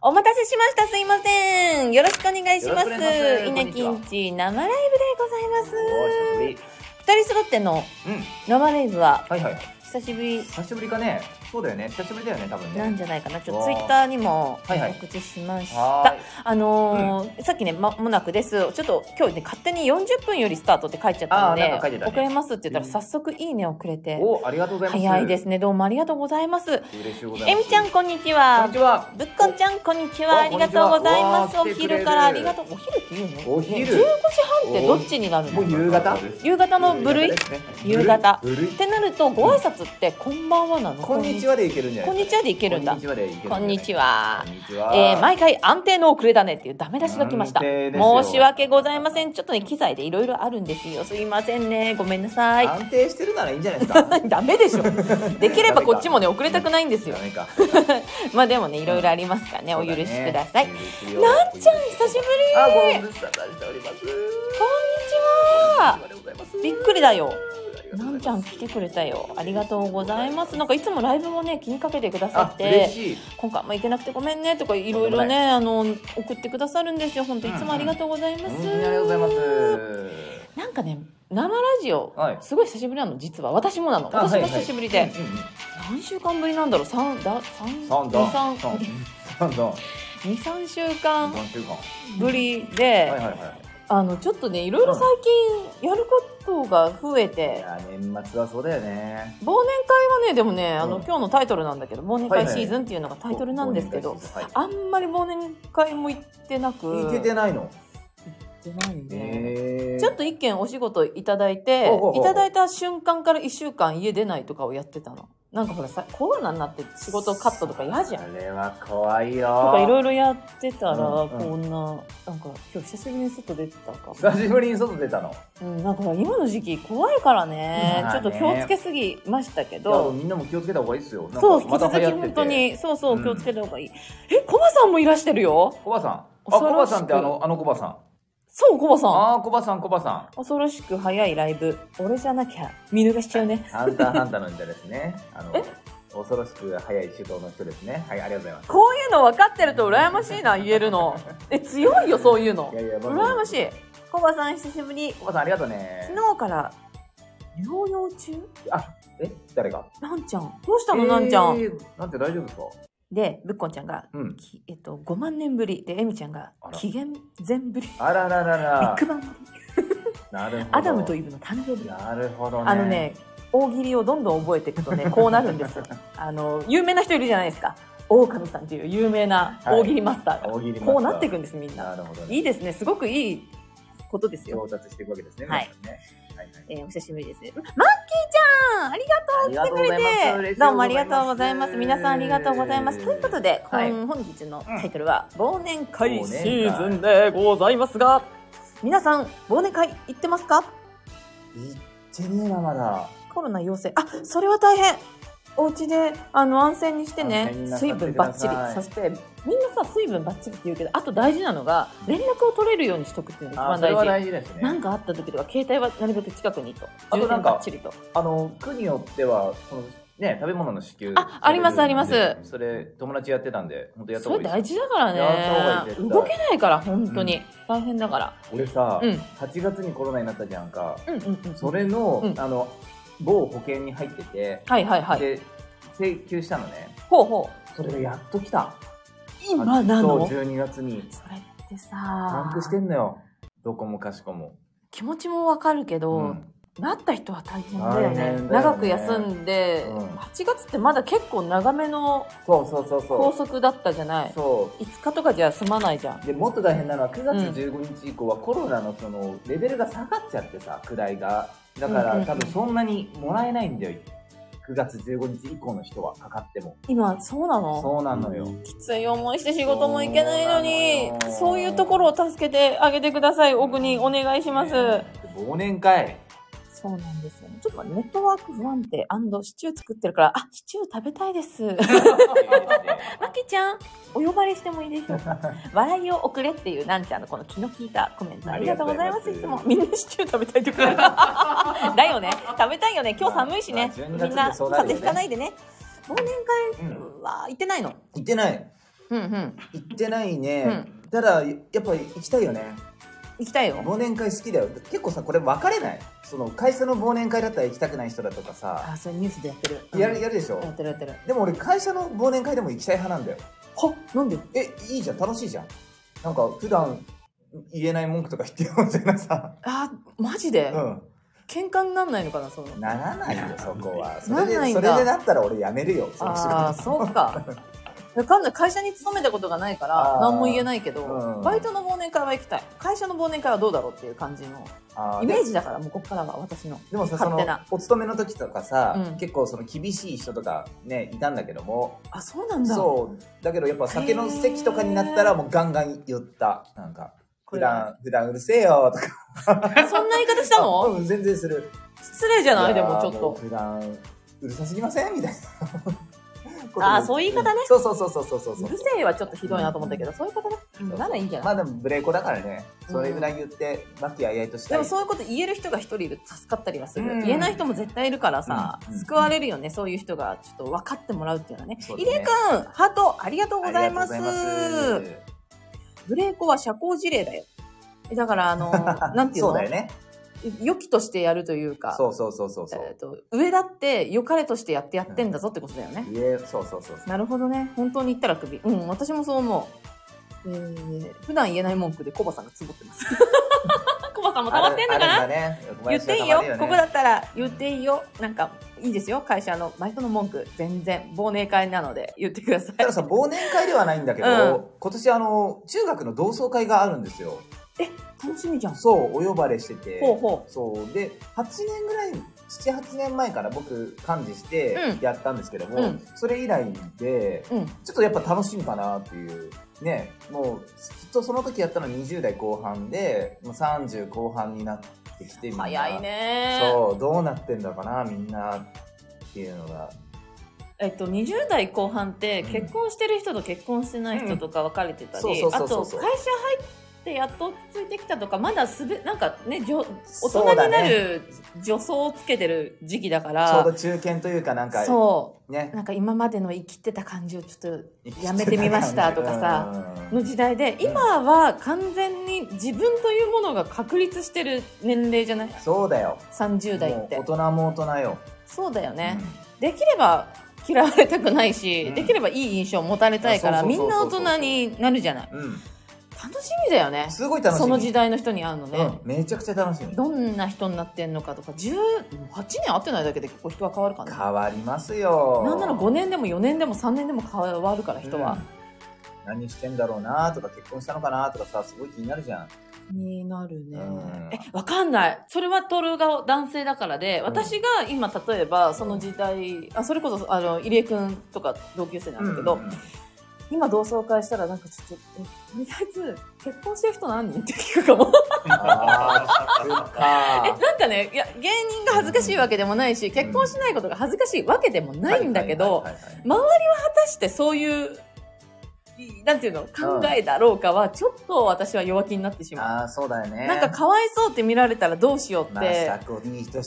お待たせしました。すいません。よろしくお願いします。 よろしくお願いします稲きんち生ライブでございます。 おー、久しぶり。 二人揃っての生ライブは、 はいはい。 久しぶり久しぶりかね。そうだよね。久しぶりだよね、多分ね。 なんじゃないかな。ちょっとツイッターにもはいはい告知しました。 はさっきね、間もなくです。ちょっと今日ね、勝手に40分よりスタートって書いちゃったのあーなんか書いてで、 たね遅れますって言ったら早速いいねをくれて、 お、ありがとうございます。 早いですね。どうもありがとうございます。 嬉しいございます。 えみちゃん、こんにちこんはに。ちは。 ぶっこんちゃん、こんにちは。ありがとうございます。おこんにちは昼からありがとう。お昼って言うの？ お昼ね、15時半ってどっちになるの？ もう夕方。 夕方の部類？夕方。 部類。 ってなると、ご挨拶ってこんばんはなの？ こんにちはでいけるんじゃない？ こんにちはでいけるんだ。 こんにちはでいける。 こんにちは。 こんにちは。 毎回安定の遅れだねっていうダメ出しが来ました。 安定ですよ。 申し訳ございません。ちょっとね、機材でいろいろあるんですよ。すいませんね。ごめんなさい。 安定してるならいいんじゃないですか。 ダメでしょ。できればこっちもね、遅れたくないんですよダ。メか。 まあでもね、いろいろありますからね、お許しください。なんなんちゃん、久しぶり。 あ、ご無沙汰しております。 こんにちは。 ありがとうございますびっくりだよ。なんちゃん来てくれたよ。ありがとうございます。なんかいつもライブもね、気にかけてくださっあ、嬉て、 しい。 今回も行けなくてごめんねとかいろいろね、送ってくださるんですよ。本当いつもありがとうございます。 本当にありがとうございます。 なんかね、生ラジオ、 はいすごい久しぶりなの、実は。私もなの。私も久しぶりで。何週間ぶりなんだろう、2、3週間ぶりで、ちょっとね、いろいろ最近やることが増えいて、 や、年末はそうだよね。 忘年会はね、でもね、 うん今日のタイトルなんだけど、忘年会はいはいシーズンっていうのがタイトルなんですけど、 忘年会シーズあんまり忘年会も行ってなく、 ンはい。いけてないの。 行ってないね。ちちょっと一件お仕事いただいて、 ほうほうほういただいた瞬間から1週間家出ないとかをやってたの。なんかほらさ、コロナになって仕事カットとか嫌じゃん。 あれは怖いとよ。 かいろいろやってたら、 うんこんな、なんか今日久しぶりに外出てたか。 久しぶりに外出たの。 なんか今の時期怖いからね、 まあねちょっと気をつけすぎましたけいや、 ど、 みんなも気をつけた方がいいですよ。 そう、引きまた続き流行ってて本当。に、そうそう、 うん気をつけた方がいい。コバさんもいらしてるよ。 コバさん。あ、 恐ろしくコバさんってあのコバさん。 そう、コバさん。 あー、コバさん、コバさん。 恐ろしく早いライブ。俺じゃなきゃ見逃しちゃうね。 ハンターハンターの人ですね。恐ろしく早い手刀の人ですね。はい、ありがとうございます。 こういうの分かってると羨ましいな、言えるの。強いよ、そういうの。 いやいや、 羨ましい。コバさん、久しぶり。 コバさん、ありがとうね。 昨日から療養中？ あ、誰が？ なんちゃん。どうしたの、なんちゃん。 なんて大丈夫ですか？ で、ぶっこんちゃんが、 うん。 5万年ぶり。で、エミちゃんがあら紀元前ぶり。 あらららビらッ。グバンぶり。 なるほど。 アダムとイブの誕生日。 なるほどね。 大喜利をどんどん覚えていくとね、こうなるんですよ。有名な人いるじゃないですか。狼さんっていう有名な大喜利マスターが。 大喜利マスターこうなっていくんです、みんな。 なるほどね。 いいですね。すごくいいことですよ。 上達していくわけですね。 はい皆さんね。はいはい。 お久しぶりです。マッキーちゃんありがとう来てくれて。どうもありがとうございます。皆さんありがとうございます。ということで、 はい本日のタイトルは、忘年会シーズンでございますが、皆さん、忘年会行ってますか？ 行ってねえな、まだ。 コロナ陽性。あ、それは大変。お家で安静にしてね、水分バッチリ。そしてみんなさ、水分バッチリって言うけど、あと大事なのが連絡を取れるようにしとくっていうのが一番それは大事。 大事ですね。 なんかあった時とか携帯はなるべく近くにと。 あとなんかバッチリと。 区によってはそのね、食べ物の支給ありますありますそれ友達やってたんで本当やったそれ方がいいです。 大事だからやった方がいいね。 絶対動けないから本当に、大変だから。 俺さ、 うん 8月にコロナになったじゃんか。 うんうんうん。 それの、 うん某保険に入ってて、 はいはいはい。 で請求したのね。 ほうほう。 それがやっと来た。 今なの？ そう、12月にそれってパさンクしてんのよ。どこもかしこも。 気持ちもわかるけど、 うんなった人は大変だよね。 大変だよね長く休んで、 うん 8月ってまだ結構長めのそうそうそう拘そう。 束だったじゃない。 そ 5日とかじゃ済まないじゃん。 う。でもっと大変なのは9月15日以降はコロナのそのレベルが下がっちゃってさ、位が。だから、 うんうんうん多分そんなにもらえないんだよ。9月15日以降の人はかかっても。 今そうなの？ そうなのよ。 きつい思いして仕事も行けないのに、 そうなのよそういうところを助けてあげてください。奥にお願いします。 忘年会。 そうなんですよね。ちょっとネットワーク不安定&シチュー作ってるから、あ、シチュー食べたいです。マキちゃん、お呼ばれしてもいいでしょうか。笑いを送れっていうなんちゃんのこの気の利いたコメントありがとうございます。いつもみんなシチュー食べたいとか。だよね。食べたいよね。今日寒いしね。みんな風邪ひかないでね。忘年会は行ってないの？ 行ってない。 うんうん。 行ってないね。ただやっぱり行きたいよね。 行きたいよ。 忘年会好きだよ。結構さ、これ分かれない？その会社の忘年会だったら行きたくない人だとかさ。 あ、それニュースでやってる。 やるでしょ。 やってるやってる。 でも俺会社の忘年会でも行きたい派なんだよ。 は、なんで？ いいじゃん、楽しいじゃん。なんか普段言えない文句とか言ってよみたいなさ。 あ、マジで？ うん。 喧嘩になんないのかな、その。 ならないよ、そこは。 なんないんだ。 それでなったら俺辞めるよ、その仕事。 ああ、そうか。わかんない。会社に勤めたことがないから何も言えないけど、バイトの忘年会は行きたい。会社の忘年会はどうだろうっていう感じのイメージだから、もうここからは私のでもさ、そのお勤めの時とかさ、結構その厳しい人とかねいたんだけども。 あ、そうなんだ。 そうだけどやっぱ酒の席とかになったらもうガンガン言った。なんか普段うるせえよとか。 そんな言い方したの？ うん、全然する。 失礼じゃない？でもちょっと普段うるさすぎませんみたいな。 ああ、そういう言い方ね。 そう。 うるせえはちょっとひどいなと思ったけど、そういう言い方ね。ならいいんじゃない？ まあでもブレイコだからね、それぐらい言って和気あいあいとしたい。 でもそういうこと言える人が一人いると助かったりはする。言えない人も絶対いるからさ、救われるよね。そういう人がちょっと分かってもらうっていうのはね。入江くん、ハートありがとうございます。ブレイコは社交辞令だよ。だからなんていうの？そうだよね。良きとしてやるというか、上だって良かれとしてやってんだぞってことだよね。 そう。 なるほどね。本当に言ったら首。うん、私もそう思う。普段言えない文句でコバさんがつぼってます。コバさんも溜まってんのかな？言っていいよ。ここだったら言っていいよ。なんかいいですよ。会社のバイトの文句全然忘年会なので言ってください。 たださ、忘年会ではないんだけど、今年中学の同窓会があるんですよ。 楽しみじゃん。 そう、お呼ばれしてて。そうで、8年ぐらい、7、8年前から僕幹事してやったんですけども、それ以来で、ちょっとやっぱ楽しみかなっていうね。もうきっとその時やったの20代後半で、もう30後半になってきて、みんな早いね。 そう、どうなってんだかなみんなっていうのが。 20代後半って結婚してる人と結婚してない人とか分かれてたり、あと会社入ってやっとついてきたとか、まだなんかね、大人になる助走をつけてる時期だから、 ちょうど中堅というかなんか、 そうね、なんか今までの生きてた感じをちょっとやめてみましたとかさ、の時代で、今は完全に自分というものが確立してる年齢じゃない？ そうだよ。 30代って。 大人も大人よ。 そうだよね。できれば嫌われたくないし、できればいい印象を持たれたいから、みんな大人になるじゃない。楽しみだよね。 すごい楽しみ。 その時代の人に会うのね。 めちゃくちゃ楽しみ。 どんな人になってんのかとか、18年会ってないだけで結構人は変わるかな。 変わりますよ。 なんなら5年でも4年でも3年でも変わるから、人は。 何してんだろうなとか、結婚したのかなとかさ、すごい気になるじゃん。 になるね。わかんない。それはトルが男性だからで、私が今例えばその時代、それこそ入江くんとか同級生なんだけど、今同窓会したらなんかちょっと、とりあえず結婚してる人何人って聞くかも。なんかね、いや、芸人が恥ずかしいわけでもないし、結婚しないことが恥ずかしいわけでもないんだけど、周りは果たしてそういう、なんていうの、考えだろうかは、ちょっと私は弱気になってしまう。 あ、そうだよね。 なんかかわいそうって見られたらどうしようって。 そう言って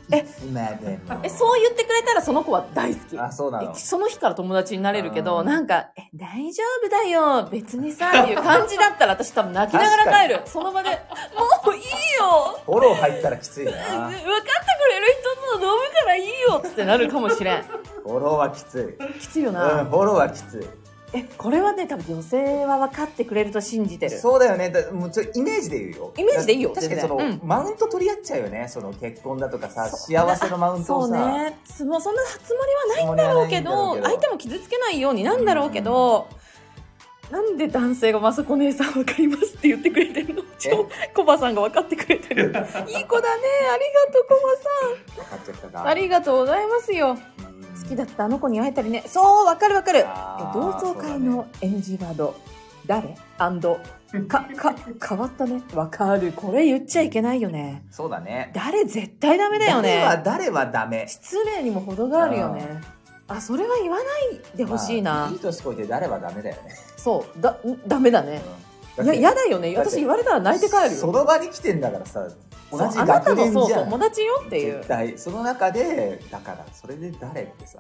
くれたらその子は大好き。 あ、そうなの。 その日から友達になれるけど、なんか、大丈夫だよ、別にさ、っていう感じだったら私多分泣きながら帰る。その場で、もういいよ。 フォロー入ったらきついな。 分かってくれる人と飲むからいいよってなるかもしれん。 フォローはきつい。 きついよな。 フォローはきつい。 これはね、多分女性は分かってくれると信じてる。 そうだよね。もうイメージで言うよ。 イメージでいいよ。 確かにその、マウント取り合っちゃうよね。その結婚だとかさ、幸せのマウントをさ。 そうね。そんなつもりはないんだろうけど、相手も傷つけないようになんだろうけど、なんで男性がまさこ姉さん分かりますって言ってくれてるの？コバさんが分かってくれてる。いい子だね。ありがとう、コバさん。分かっちゃったか。ありがとうございますよ。好きだったあの子に会えたりね。そう、わかるわかる。同窓会の NG ワード。誰？変わったね。わかる。これ言っちゃいけないよね。 そうだね。 誰絶対ダメだよね。 誰はダメ。 失礼にも程があるよね。それは言わないでほしいな。 いい年こいて誰はダメだよね。 そう、ダメだね。いや、嫌だよね。私言われたら泣いて帰るよ。 その場に来てんだからさ。同じ学年じゃん。 友達よっていう。 絶対その中でだからそれで誰ってさ。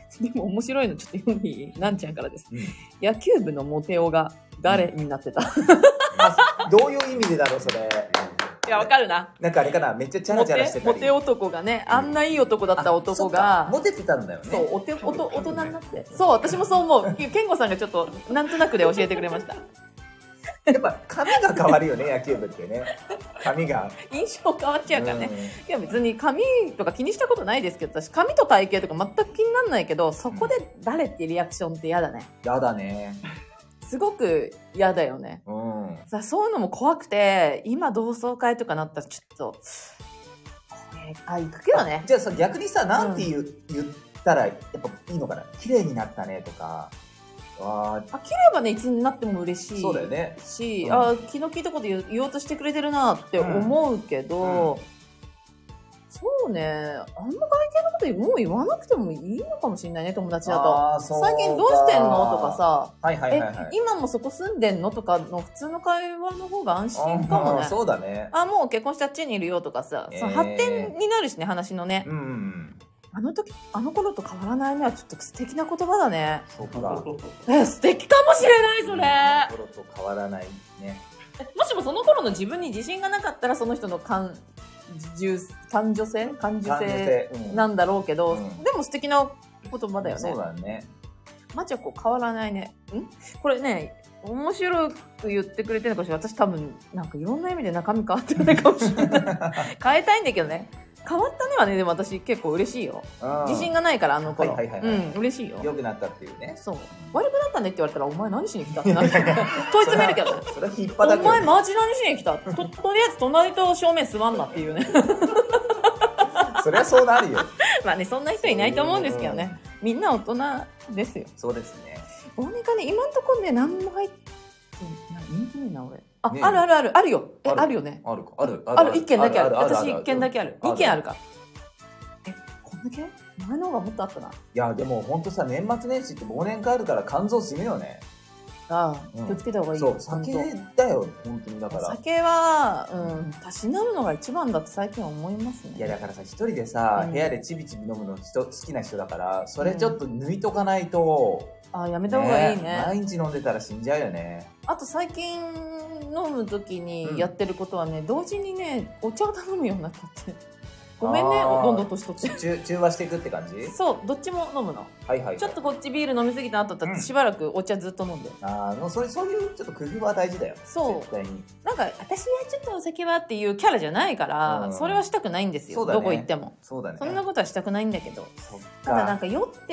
でも面白いのちょっと読んでいい？なんちゃんからです。野球部のモテ男が誰になってた？ どういう意味でだろう、それ。 いや、わかるな。 なんかあれかな、めっちゃチャラチャラしてたり。 モテ男がね、あんないい男だった男が。 モテてたんだよね。 そう、大人になって。そう、私もそう思う。健吾さんがちょっと、なんとなくで教えてくれました。 やっぱ髪が変わるよね、野球部ってね。髪が。 印象変わっちゃうからね。いや別に髪とか気にしたことないですけど、私髪と体型とか全く気にならないけど、そこで誰ってリアクションって嫌だね。 嫌だね。 すごく嫌だよね。さ、そういうのも怖くて、今同窓会とかなったらちょっと、行くけどね。 じゃあさ、逆にさ、なんて言ったらやっぱいいのかな。綺麗になったねとか。 綺麗はね、いつになっても嬉しい。 そうだよね。 し、昨日聞いたこと言おうとしてくれてるなって思うけど、そうね、あんま外見のこともう言わなくてもいいのかもしれないね、友達だと。最近どうしてんのとかさ、今もそこ住んでんのとかの普通の会話の方が安心かもね。 そうだね。 もう結婚してあっちにいるよとかさ、その発展になるしね、話のね。あの頃と変わらないのはちょっと素敵な言葉だね。 そうか。 素敵かもしれない、それ。 あの頃と変わらないね。 もしもその頃の自分に自信がなかったら、その人の感受性なんだろうけど、でも素敵な言葉だよね。 そうだね。 まちゃこ変わらないね。これね、面白く言ってくれてるのかしら。私多分なんかいろんな意味で中身変わってないかもしれない。変えたいんだけどね。変わったねはね、でも私結構嬉しいよ。自信がないから、あの頃。嬉しいよ。 良くなったっていうね。 そう。悪くなったねって言われたら、お前何しに来たってなる。問い詰めるけど。 それは引っ張だけど。 お前マジ何しに来たとりあえず隣と正面座んなっていうね。 そりゃそうなるよ。 まあね、そんな人いないと思うんですけどね。みんな大人ですよ。 そうですね。 忘年会ね、今んとこね、何も入って人気ねえな、俺。あるよ。あるよね。 ある。 1件だけある。私1件だけある。2件あるか。こんだけ前の方がもっとあったな。いや、でもほんとさ、年末年始って忘年会あるから肝臓死ぬよね。 気をつけた方がいいよ。 そう、酒だよ、本当に。だから酒は、たしなむのが一番だって最近は思いますね。 いや、だからさ、一人でさ、部屋でちびちび飲むの好きな人だから、それちょっと抜いとかないと。 やめた方がいいね。 毎日飲んでたら死んじゃうよね。 あと最近飲む時にやってることはね、同時にね、お茶を頼むようになったって。ごめんね、どんどん年取って。 中和していくって感じ？ そう、どっちも飲むの。ちょっとこっちビール飲みすぎた後だったらしばらくお茶ずっと飲んで。 そういうちょっと工夫は大事だよ。 そう。絶対に。なんか、私はちょっとお酒はっていうキャラじゃないから、それはしたくないんですよ。どこ行っても。そうだね。そんなことはしたくないんだけど。ただなんか酔って、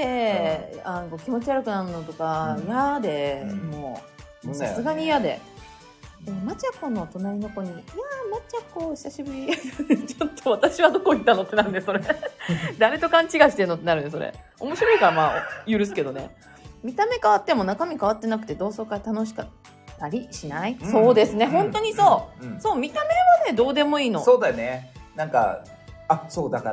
気持ち悪くなるのとか、嫌で、もう、さすがに嫌で。まちゃこの隣の子に、いやー、まちゃこ、久しぶり。ちょっと私はどこ行ったのってなんで、それ。誰と勘違いしてんのってなるね、それ。面白いからまあ、許すけどね。見た目変わっても中身変わってなくて同窓会楽しかったりしない？そうですね、本当にそう。そう、見た目はね、どうでもいいの。 そうだよね。なんか、そうだから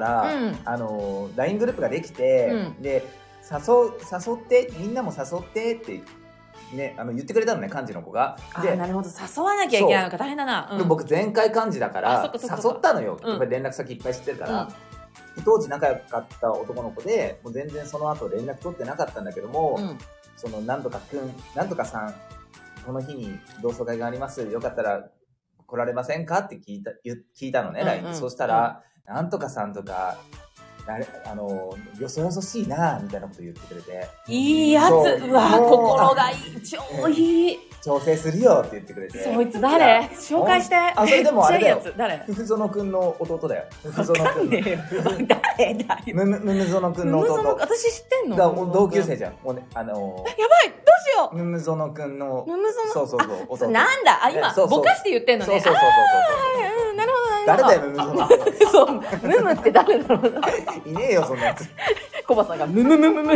、LINE グループができて、で、誘って、みんなも誘ってって、ね、言ってくれたのね、幹事の子が。 なるほど、誘わなきゃいけないのか大変だな。 僕前回幹事だから誘ったのよ。やっぱり連絡先いっぱい知ってるから。当時仲良かった男の子で、もう全然その後連絡取ってなかったんだけども、そのなんとかさん、この日に同窓会があります。よかったら来られませんかって聞いたのね、LINE で。そしたら、なんとかさんとか、よそよそしいなみたいなこと言ってくれて。いいやつ。うわ、心がいい。超いい。調整するよって言ってくれて。そいつ誰？紹介して。それでもあれだよ。誰？ふふぞのくんの弟だよ。ふふぞのくん。誰だよ。むむぞのくんの弟。私知ってんの？同級生じゃん。やばい、どうしよう。むむぞのくんの。そう弟。なんだ、今、ぼかして言ってんのね。そう。なるほど。誰だよ、ムムゾノ。そう、ムムって誰だろうな。いねえよ、そんなやつ。コバさんがムムムムム。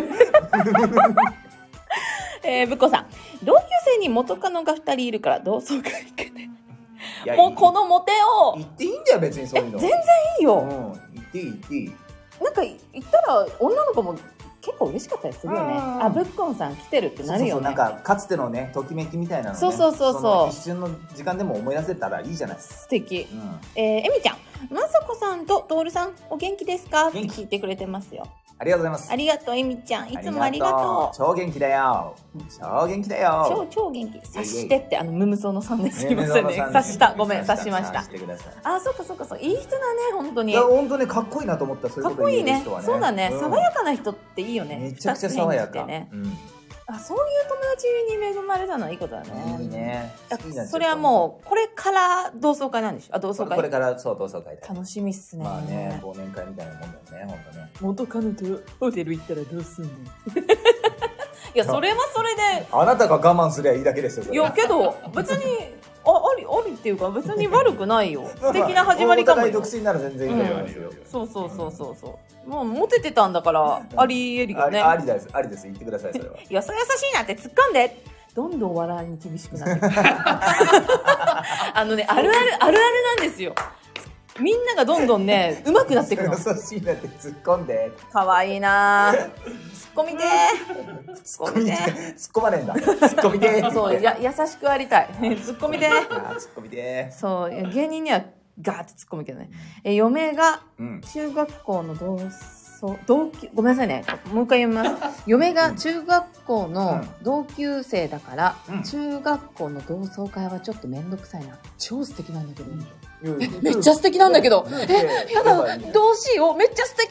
ぶっこさん、同級生に元カノが2人いるから同窓会行くね。もうこのモテを。言っていいんだよ、別にそういうの。全然いいよ。言っていい。なんか言ったら女の子も結構嬉しかったりするよね。ぶっこんさん来てるってなるよね。なんかかつてのね、ときめきみたいなのね。そう。一瞬の時間でも思い出せたらいいじゃない。素敵。えみちゃん、まさこさんととおるさんお元気ですかって聞いてくれてますよ。 ありがとうございます。 ありがとう、えみちゃん。いつもありがとう。 超元気だよ。超元気だよ。 超元気。察してって、ムムソのさんですいませんね。察した。ごめん、察しました。あ、そっか。いい人だね、本当に。いや、本当ね、かっこいいなと思った。 かっこいいね。そうだね。爽やかな人っていいよね。 めちゃくちゃ爽やか。 あ、そういう友達に恵まれたのはいいことだね。 いいね。 それはもう、これから同窓会なんでしょ？同窓会。 これから、そう、同窓会。 楽しみっすね。 まあね、忘年会みたいなもんだよね、本当ね。 元カノとホテル行ったらどうすんの？いや、それはそれで。 あなたが我慢すりゃいいだけですよ。 いや、けど、別に、ありっていうか、別に悪くないよ。素敵な始まりかも。 お互い独身なら全然いいと思いますよ。 そう。もうモテてたんだから、ありえるよね。 ありです、言ってください、それは。 いや、優しいなって突っ込んで。どんどん笑いに厳しくなってくる。あるなんですよ。みんながどんどんね、上手くなってくるの。 優しいなって突っ込んで。 かわいいなぁ。突っ込みて突っ込まれんだ。突っ込みてそう、優しくありたい。突っ込みて突っ込みてそう、芸人にはガーって突っ込むけどね。嫁が中学校のごめんなさいね。もう一回読みます。嫁が中学校の同級生だから、中学校の同窓会はちょっとめんどくさいな。超素敵なんだけど。めっちゃ素敵なんだけど。やだ、どうしよう。めっちゃ素敵。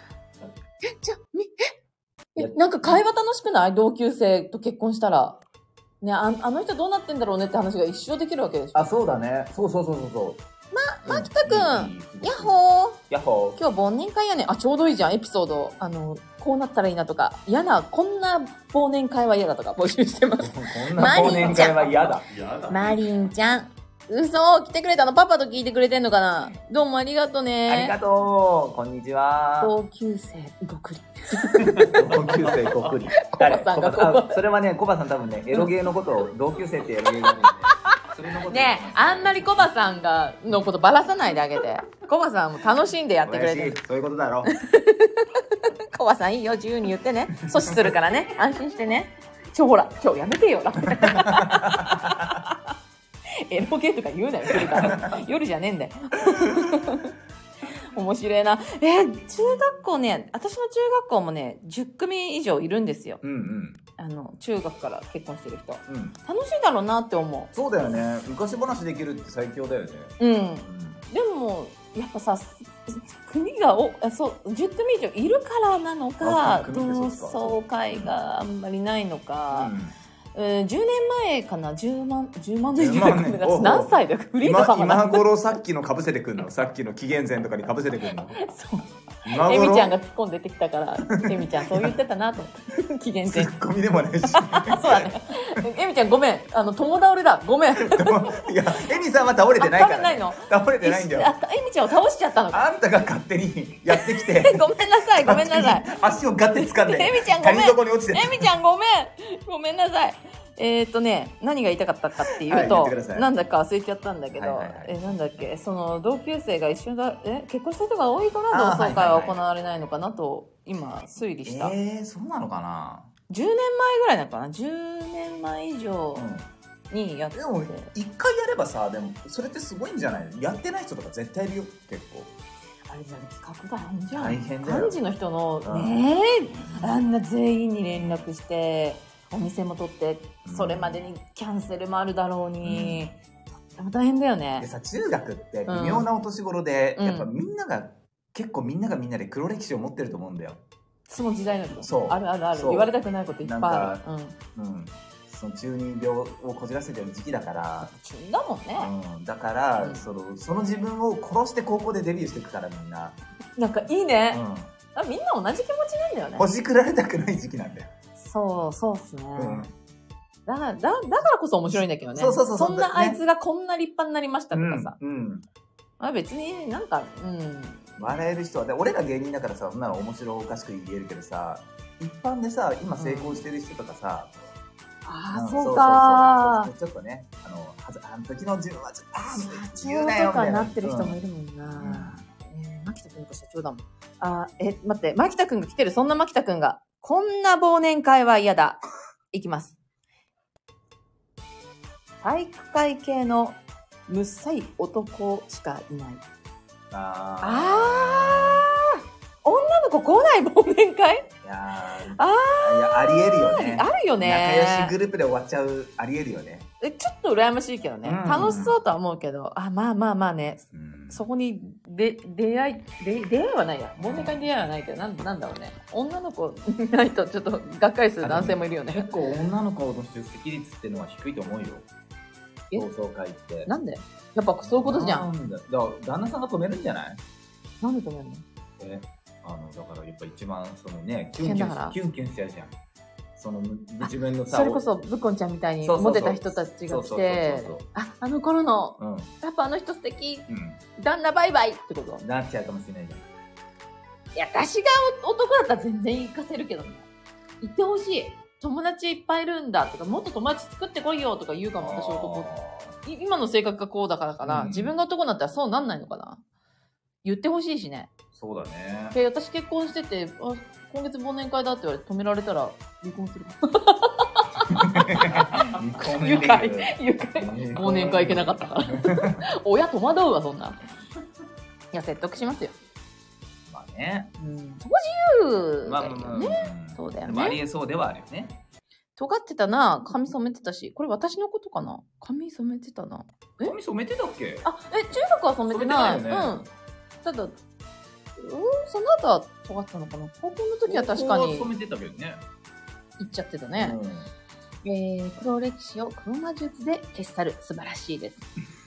なんか会話楽しくない？同級生と結婚したら。ね、あの人どうなってんだろうねって話が一生できるわけでしょ。 あ、そうだね。そう。 マキタくん、ヤッホー。 ヤッホー。 今日忘年会やね。あ、ちょうどいいじゃん、エピソード。こうなったらいいなとか、こんな忘年会は嫌だとか募集してます。 こんな忘年会は嫌だ。 マリンちゃん。嘘、来てくれたの？パパと聞いてくれてんのかな？どうもありがとね。 ありがとう。こんにちは。 同級生ごくり。 同級生ごくり。 コバさんがそれはね、コバさん多分ね、エロゲーのことを同級生ってエロゲーがねえ、あんまりコバさんのことばらさないであげて。コバさんも楽しんでやってくれてる。 そういうことだろ。 コバさんいいよ、自由に言ってね。阻止するからね。安心してね。ほら、今日やめてよ。エロゲーとか言うなよ、夜から。夜じゃねえんだよ。面白いな。中学校ね、私の中学校もね、10組以上いるんですよ。中学から結婚してる人。楽しいだろうなって思う。 そうだよね。昔話できるって最強だよね。 でも、やっぱさ、組が10組以上いるからなのか、同窓会があんまりないのか、10年前かな、10万年ぐらい何歳だよ、フリーザ様今頃さっきの被せてくんの、さっきの紀元前とかに被せてくんの。 そう。エミちゃんが突っ込んでてきたから、エミちゃんそう言ってたなと思って。紀元前。 ツッコミでもないし。そうだね。エミちゃんごめん。友倒れだ。ごめん。いや、エミさんは倒れてないから。 倒れないの？ 倒れてないんだよ。 エミちゃんを倒しちゃったのか。 あんたが勝手にやってきて。 ごめんなさい、ごめんなさい。 足をガッて掴んで。 エミちゃんごめん。 谷底に落ちて。 エミちゃんごめん。ごめんなさい。何が言いたかったかっていうと、なんだか忘れちゃったんだけど、なんだっけ、その同級生が一緒だ、結婚した人が多いから同窓会は行われないのかなと今推理した。 そうなのかな。 10年前ぐらいなのかな。10年前以上にやって、 でも一回やればさ、でもそれってすごいんじゃない？やってない人とか絶対いるよ、結構。 あれじゃね、企画大変じゃん。 大変だよ。 幹事の人のあんな全員に連絡してお店も取って、それまでにキャンセルもあるだろうに、大変だよね。 でさ、中学って微妙なお年頃で、やっぱみんながで黒歴史を持ってると思うんだよ。 その時代の人。 そう。 ある。言われたくないこといっぱいある。 その中二病をこじらせてる時期だから。 中二だもんね。 だから、その自分を殺して高校でデビューしていくから、みんな。 なんかいいね。みんな同じ気持ちなんだよね。 ほじくられたくない時期なんだよ。 そうっすね。だからこそ面白いんだけどね。そんなあいつがこんな立派になりましたとかさ。別になんか、 笑える人は、で俺ら芸人だからさ、そんなの面白おかしく言えるけどさ、一般でさ、今成功してる人とかさ、 そうか。 ちょっとね、あの時の自分はちょっと、 社長とかなってる人もいるもんな。牧田くんが社長だもん。待って、牧田くんが来てる。そんな牧田くんが。こんな忘年会は嫌だ。いきます。体育会系のむっさい男しかいない。女のの子来ない忘年会？ いやありえるよね。 あるよね。 仲良しグループで終わっちゃう、ありえるよね。 ちょっと羨ましいけどね。楽しそうとは思うけど、まあね、そこに出会いはないや。忘年会に出会いはないけど、なんだろうね。女の子いないとちょっとがっかりする男性もいるよね。 結構女の子の出席率っていうのは低いと思うよ。同窓会って。 なんで？やっぱそういうことじゃん。 旦那さんが止めるんじゃない？ なんで止めるの？ だからやっぱ一番そのね、キュンキュンしちゃうじゃん。その自分のさ、 それこそぶっこんちゃんみたいにモテた人たちが来て、あの頃の、やっぱあの人素敵、旦那バイバイってこと？ なっちゃうかもしれないじゃん。 いや、私が男だったら全然行かせるけどね。行ってほしい。友達いっぱいいるんだとか、もっと友達作ってこいよとか言うかも、私男。今の性格がこうだからかな、自分が男になったらそうなんないのかな。言ってほしいしね。 そうだね。 で、私結婚してて、今月忘年会だって言われて止められたら離婚する。愉快。忘年会行けなかったから。親戸惑うわ、そんな。いや、説得しますよ。 まあね。 そこ自由だよね。そうだよね。 ありえそうではあるよね。 尖ってたな、髪染めてたし、これ私のことかな？髪染めてたな。 髪染めてたっけ？ 中学は染めてない。ただ、その後は尖ったのかな。高校の時は確かに。 染めてたけどね。 行っちゃってたね。黒歴史を黒魔術で消し去る。素晴らしいです。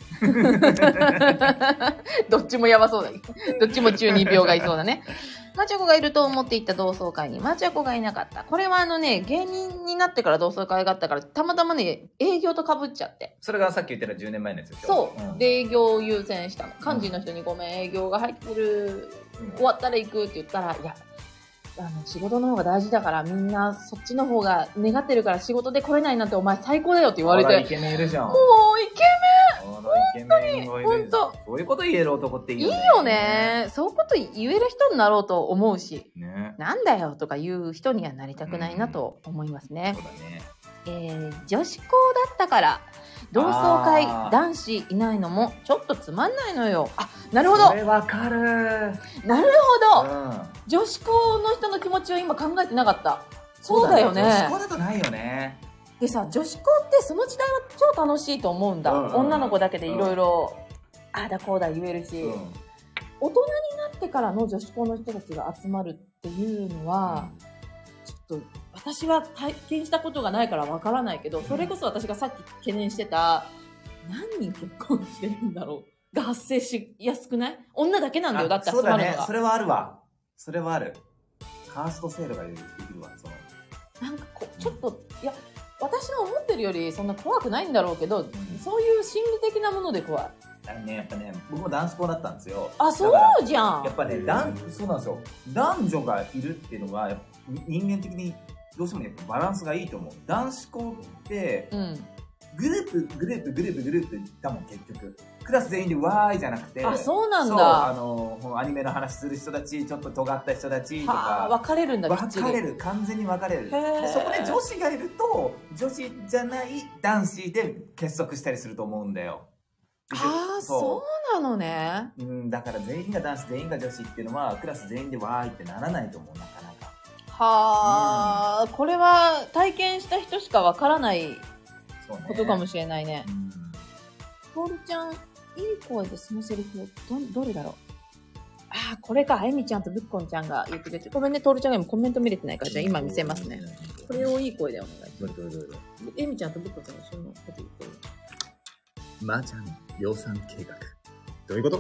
どっちもやばそうだ。どっちも中二病がいそうだね。マチャコがいると思っていた同窓会にマチャコがいなかった。これは芸人になってから同窓会があったから、たまたまね、営業と被っちゃって。 それがさっき言ってた10年前のやつでしょ？ そう。で、営業を優先したの。幹事の人にごめん、営業が入ってる。終わったら行くって言ったら、いや、仕事の方が大事だから、みんなそっちの方が願ってるから仕事で来れないなんてお前最高だよって言われて。 イケメンいるじゃん。 もうイケメン。本当に、本当。 そういうこと言える男っていいよね。 いいよね。そういうこと言える人になろうと思うし、なんだよとか言う人にはなりたくないなと思いますね。 そうだね。 女子校だったから同窓会男子いないのもちょっとつまんないのよ。なるほど。 それわかる。 なるほど、女子校の人の気持ちを今考えてなかった。そうだよね。 女子校だとないよね。 でさ、女子校ってその時代は超楽しいと思うんだ。女の子だけでいろいろああだこうだ言えるし、大人になってからの女子校の人たちが集まるっていうのは、ちょっと私は体験したことがないからわからないけど、それこそ私がさっき懸念してた何人結婚してるんだろうが発生しやすくない？女だけなんだよ、だって集まるのが。そうだね、 それはあるわ。それはある。カースト制度ができるわ。 なんかちょっと、いや、私の思ってるよりそんな怖くないんだろうけど、そういう心理的なもので怖い。 やっぱね、僕も男子校だったんですよ。 そうじゃん。 やっぱね、そうなんですよ。男女がいるっていうのは、人間的にどうしてもやっぱバランスがいいと思う。男子校って、グループだもん、結局。クラス全員でわーいじゃなくて。 そうなんだ。 アニメの話する人たち、ちょっと尖った人たちとか。 分かれるんだ、 分かれる。完全に分かれる。そこで女子がいると、女子じゃない男子で結束したりすると思うんだよ。 そうなのね。 だから全員が男子、全員が女子っていうのは、クラス全員でわーいってならないと思う、なかなか。 これは体験した人しかわからないことかもしれないね。トールちゃん、いい声でそのセリフをどれだろう。これか。あゆみちゃんとぶっこんちゃんが言ってくれて。ごめんね、トールちゃんが今コメント見れてないから、じゃあ今見せますね。これをいい声でお願いします。あゆみちゃんとぶっこんちゃんが一緒のこと言ってる。 まーちゃん量産計画。どういうこと？ど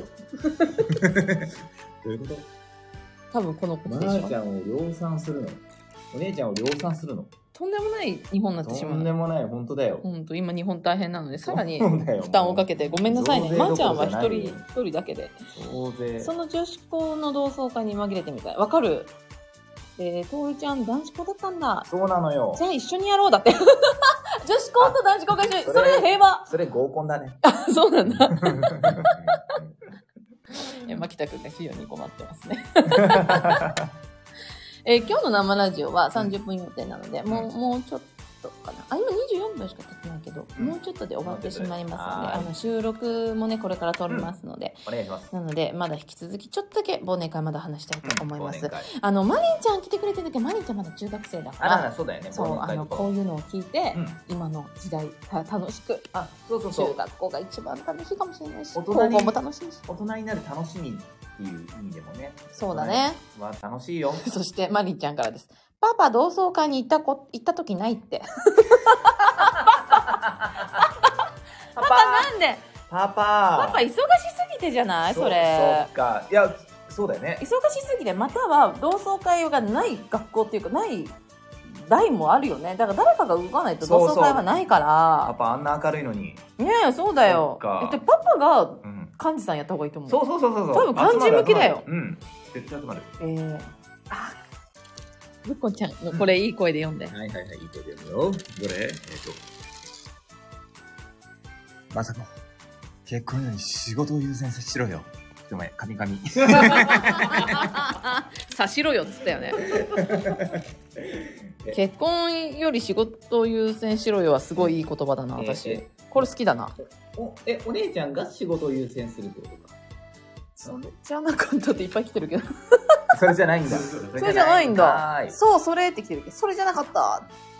ういうこと？ 多分このことでしょ。 まーちゃんを量産するの。お姉ちゃんを量産するの。 とんでもない日本になってしまう。 とんでもない、本当だよ。 今日本大変なので、さらに負担をかけてごめんなさいね。まーちゃんは一人だけで。その女子校の同窓会に紛れてみたい。わかる？トールちゃん男子校だったんだ。 そうなのよ。 じゃあ一緒にやろうだって。女子校と男子校が一緒に。それ平和。 それ合コンだね。 そうなんだ。牧田くんが非常に困ってますね。今日の生ラジオは30分予定なので、もうちょっとかな。今24分しか経ってないけど、もうちょっとで終わってしまいますので、収録もね、これから撮りますので、 お願いします。 なので、まだ引き続き、ちょっとだけ忘年会まだ話したいと思います。マリンちゃん来てくれてるけど、マリンちゃんまだ中学生だから、 そうだよね。 そう、こういうのを聞いて、今の時代、楽しく、中学校が一番楽しいかもしれないし、高校も楽しいし。 大人になる楽しみっていう意味でもね。 そうだね。 楽しいよ。 そして、マリンちゃんからです。パパ同窓会に行った時ないって。パパなんでパパ忙しすぎてじゃないそれ。 そうか。いや、そうだよね。 忙しすぎて、または同窓会がない学校っていうか、ない代もあるよね。だから誰かが動かないと同窓会はないから。 パパあんな明るいのに。 ねえ、そうだよ。パパが幹事さんやった方がいいと思う。 そう。 多分幹事向きだよ。 絶対集まる。 ぶっこちゃんのこれいい声で読んで。 はい、いい声で読むよ。どれ？まさか、結婚より仕事を優先しろよ。お前、カミ。 さしろよっつったよね。結婚より仕事を優先しろよはすごいいい言葉だな、私。これ好きだな。 お姉ちゃんが仕事を優先するってことか。 それじゃなかったっていっぱい来てるけど。 それじゃないんだ。 それじゃないんだ。そう、それって来てるけど、それじゃなかった。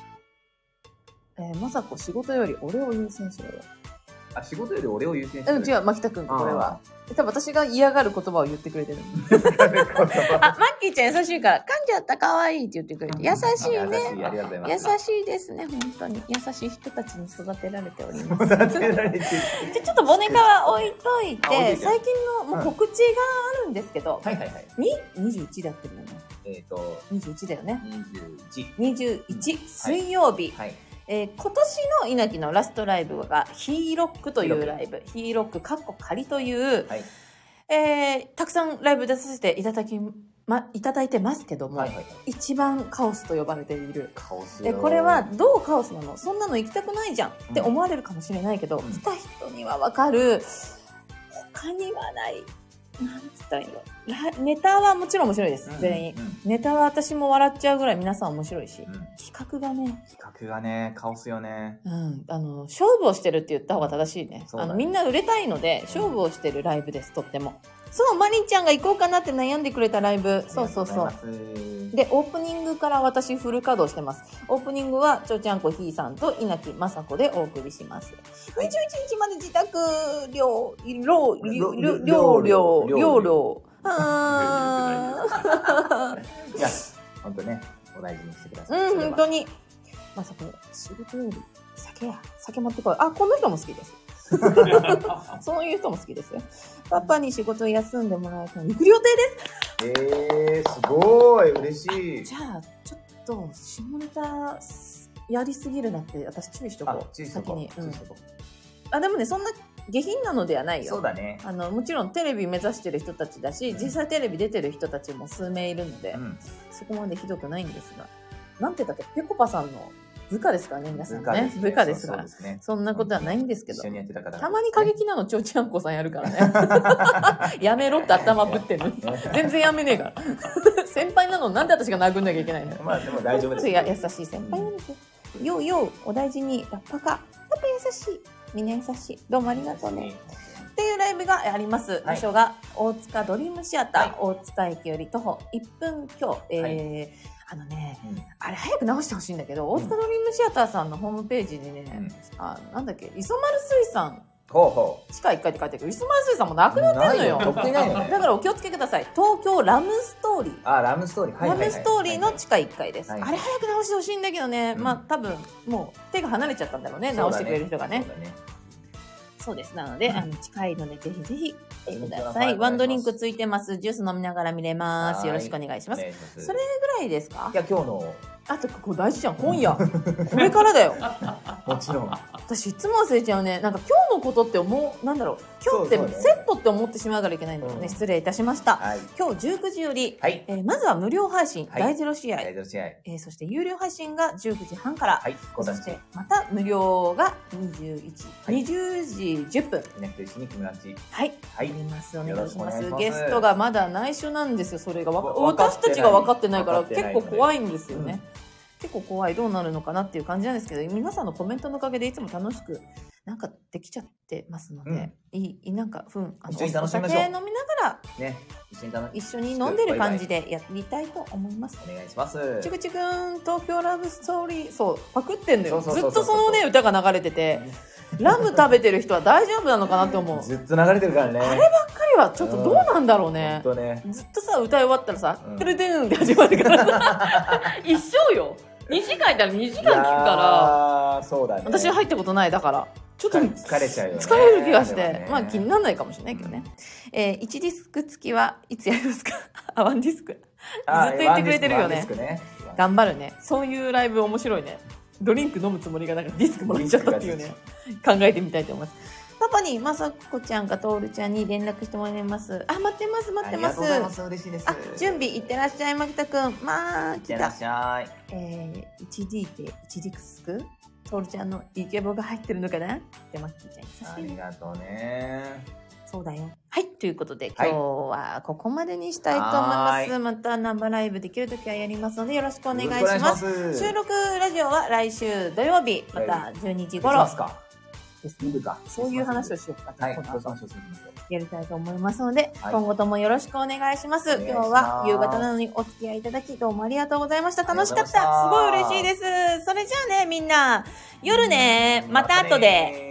まさこ仕事より俺を優先しろよ。 仕事より俺を優先しろよ。 違う、牧田くん、これは。多分私が嫌がる言葉を言ってくれてる。マッキーちゃん優しいから、噛んじゃった可愛いって言ってくれて、優しいね。優しいですね、本当に。優しい人たちに育てられております。 育てられてる。 ちょっと忘年会は置いといて、最近のもう告知があるんですけど、21だってるよね。21だよね。21、水曜日。今年の稲城のラストライブがヒーロックというライブ、ヒーロック仮という、たくさんライブ出させていただいてますけども、一番カオスと呼ばれている。これはどうカオスなの？そんなの行きたくないじゃんって思われるかもしれないけど、来た人にはわかる。他にはない。なんつったらいいの？ネタはもちろん面白いです、全員。ネタは私も笑っちゃうぐらい皆さん面白いし、企画がね、カオスよね。勝負をしてるって言った方が正しいね。みんな売れたいので、勝負をしてるライブです、とっても。そう、マリンちゃんが行こうかなって悩んでくれたライブ。そう。で、オープニングから私フル稼働してます。オープニングは、ちょちゃんこひーさんと稲城まさこでお送りします。21日まで自宅療いや、本当ね、お大事にしてください。 本当に。まさこ、仕事より酒持ってこい。この人も好きです。そういう人も好きですよ。パパに仕事休んでもらえたら行く予定です。すごい嬉しい。 じゃあちょっと下ネタやりすぎるなって私注意しとこう。先に。でもね、そんな下品なのではないよ。 そうだね。 もちろんテレビ目指してる人たちだし、実際テレビ出てる人たちも数名いるので、そこまでひどくないんですが、なんて言ったっけ、ぺこぱさんの部下ですからね、皆さんね。部下ですから。そんなことはないんですけど。たまに過激なの、ちょうちゃんこさんやるからね。やめろって頭ぶってる。全然やめねえから。先輩なのなんで私が殴んなきゃいけないの？ まあでも大丈夫です。 優しい先輩なんですよ。よう、お大事に、パパ優しい。みんな優しい。どうもありがとうね。っていうライブがあります。場所が大塚ドリームシアター、大塚駅より徒歩1分強。あれ早く直してほしいんだけど、大塚ドリームシアターさんのホームページにね、なんだっけ、磯丸水産地下1階って書いてあるけど、磯丸水産もなくなってるのよ。だからお気をつけください。東京ラムストーリー。ラムストーリーの地下1階です。あれ早く直してほしいんだけどね、多分もう手が離れちゃったんだろうね、直してくれる人がね。そうです。なので、近いのでぜひぜひ来てください。ワンドリンクついてます。ジュース飲みながら見れます。よろしくお願いします。それぐらいですか？ いや、今日の。 これ大事じゃん。今夜。これからだよ。 もちろん。 私いつも忘れちゃうね。なんか今日のことって今日ってセットって思ってしまうからいけないんだよね。失礼いたしました。今日19時より、まずは無料配信、第0試合。そして有料配信が19時半から。そしてまた無料が20時10分。はい。あります。お願いします。ゲストがまだ内緒なんですよ。それが私たちが分かってないから結構怖いんですよね。 構怖い、どうなるのかなっていう感じなんですけど、皆さんのコメントのおかげでいつも楽しくなんかできちゃってますので、なんか一緒に楽しみましょう。 お酒飲みながらね、 一緒に飲んでる感じでやりたいと思います。 お願いします。 ちくちくん東京ラブストーリー、そうパクってんのよ。ずっとそのね歌が流れてて、ラム食べてる人は大丈夫なのかなって思う。ずっと流れてるからね。 あればっかりはちょっとどうなんだろうね。ずっとさ歌い終わったらさ、トゥルトゥーンって始まるから一生よ。2時間いたら2時間聞くから。そうだね。私入ったことないだから。ちょっと疲れちゃうよね。疲れる気がして、まあ気にならないかもしれないけどね。1ディスク付きはいつやりますか？ワンディスク。ずっと言ってくれてるよね。頑張るね。そういうライブ面白いね。ドリンク飲むつもりがなんかディスクもらっちゃったっていうね。考えてみたいと思います。パパにまさこちゃんかとおるちゃんに連絡してもらいます。あ、待ってます待ってます。ありがとうございます。嬉しいです。あ、準備いってらっしゃい、牧田くん。まあ来た。いってらっしゃい。1D って1ディスク？トールちゃんのイケボが入ってるのかなってマッキーちゃんに。ありがとうね。そうだよ。はい。ということで、今日はここまでにしたいと思います。またナンバーライブできるときはやりますので、よろしくお願いします。収録ラジオは来週土曜日、また12時頃。ですね。そういう話をしようか。はい。やりたいと思いますので、今後ともよろしくお願いします。今日は夕方なのにお付き合いいただき、どうもありがとうございました。楽しかった。すごい嬉しいです。それじゃあね、みんな、夜ね、また後で。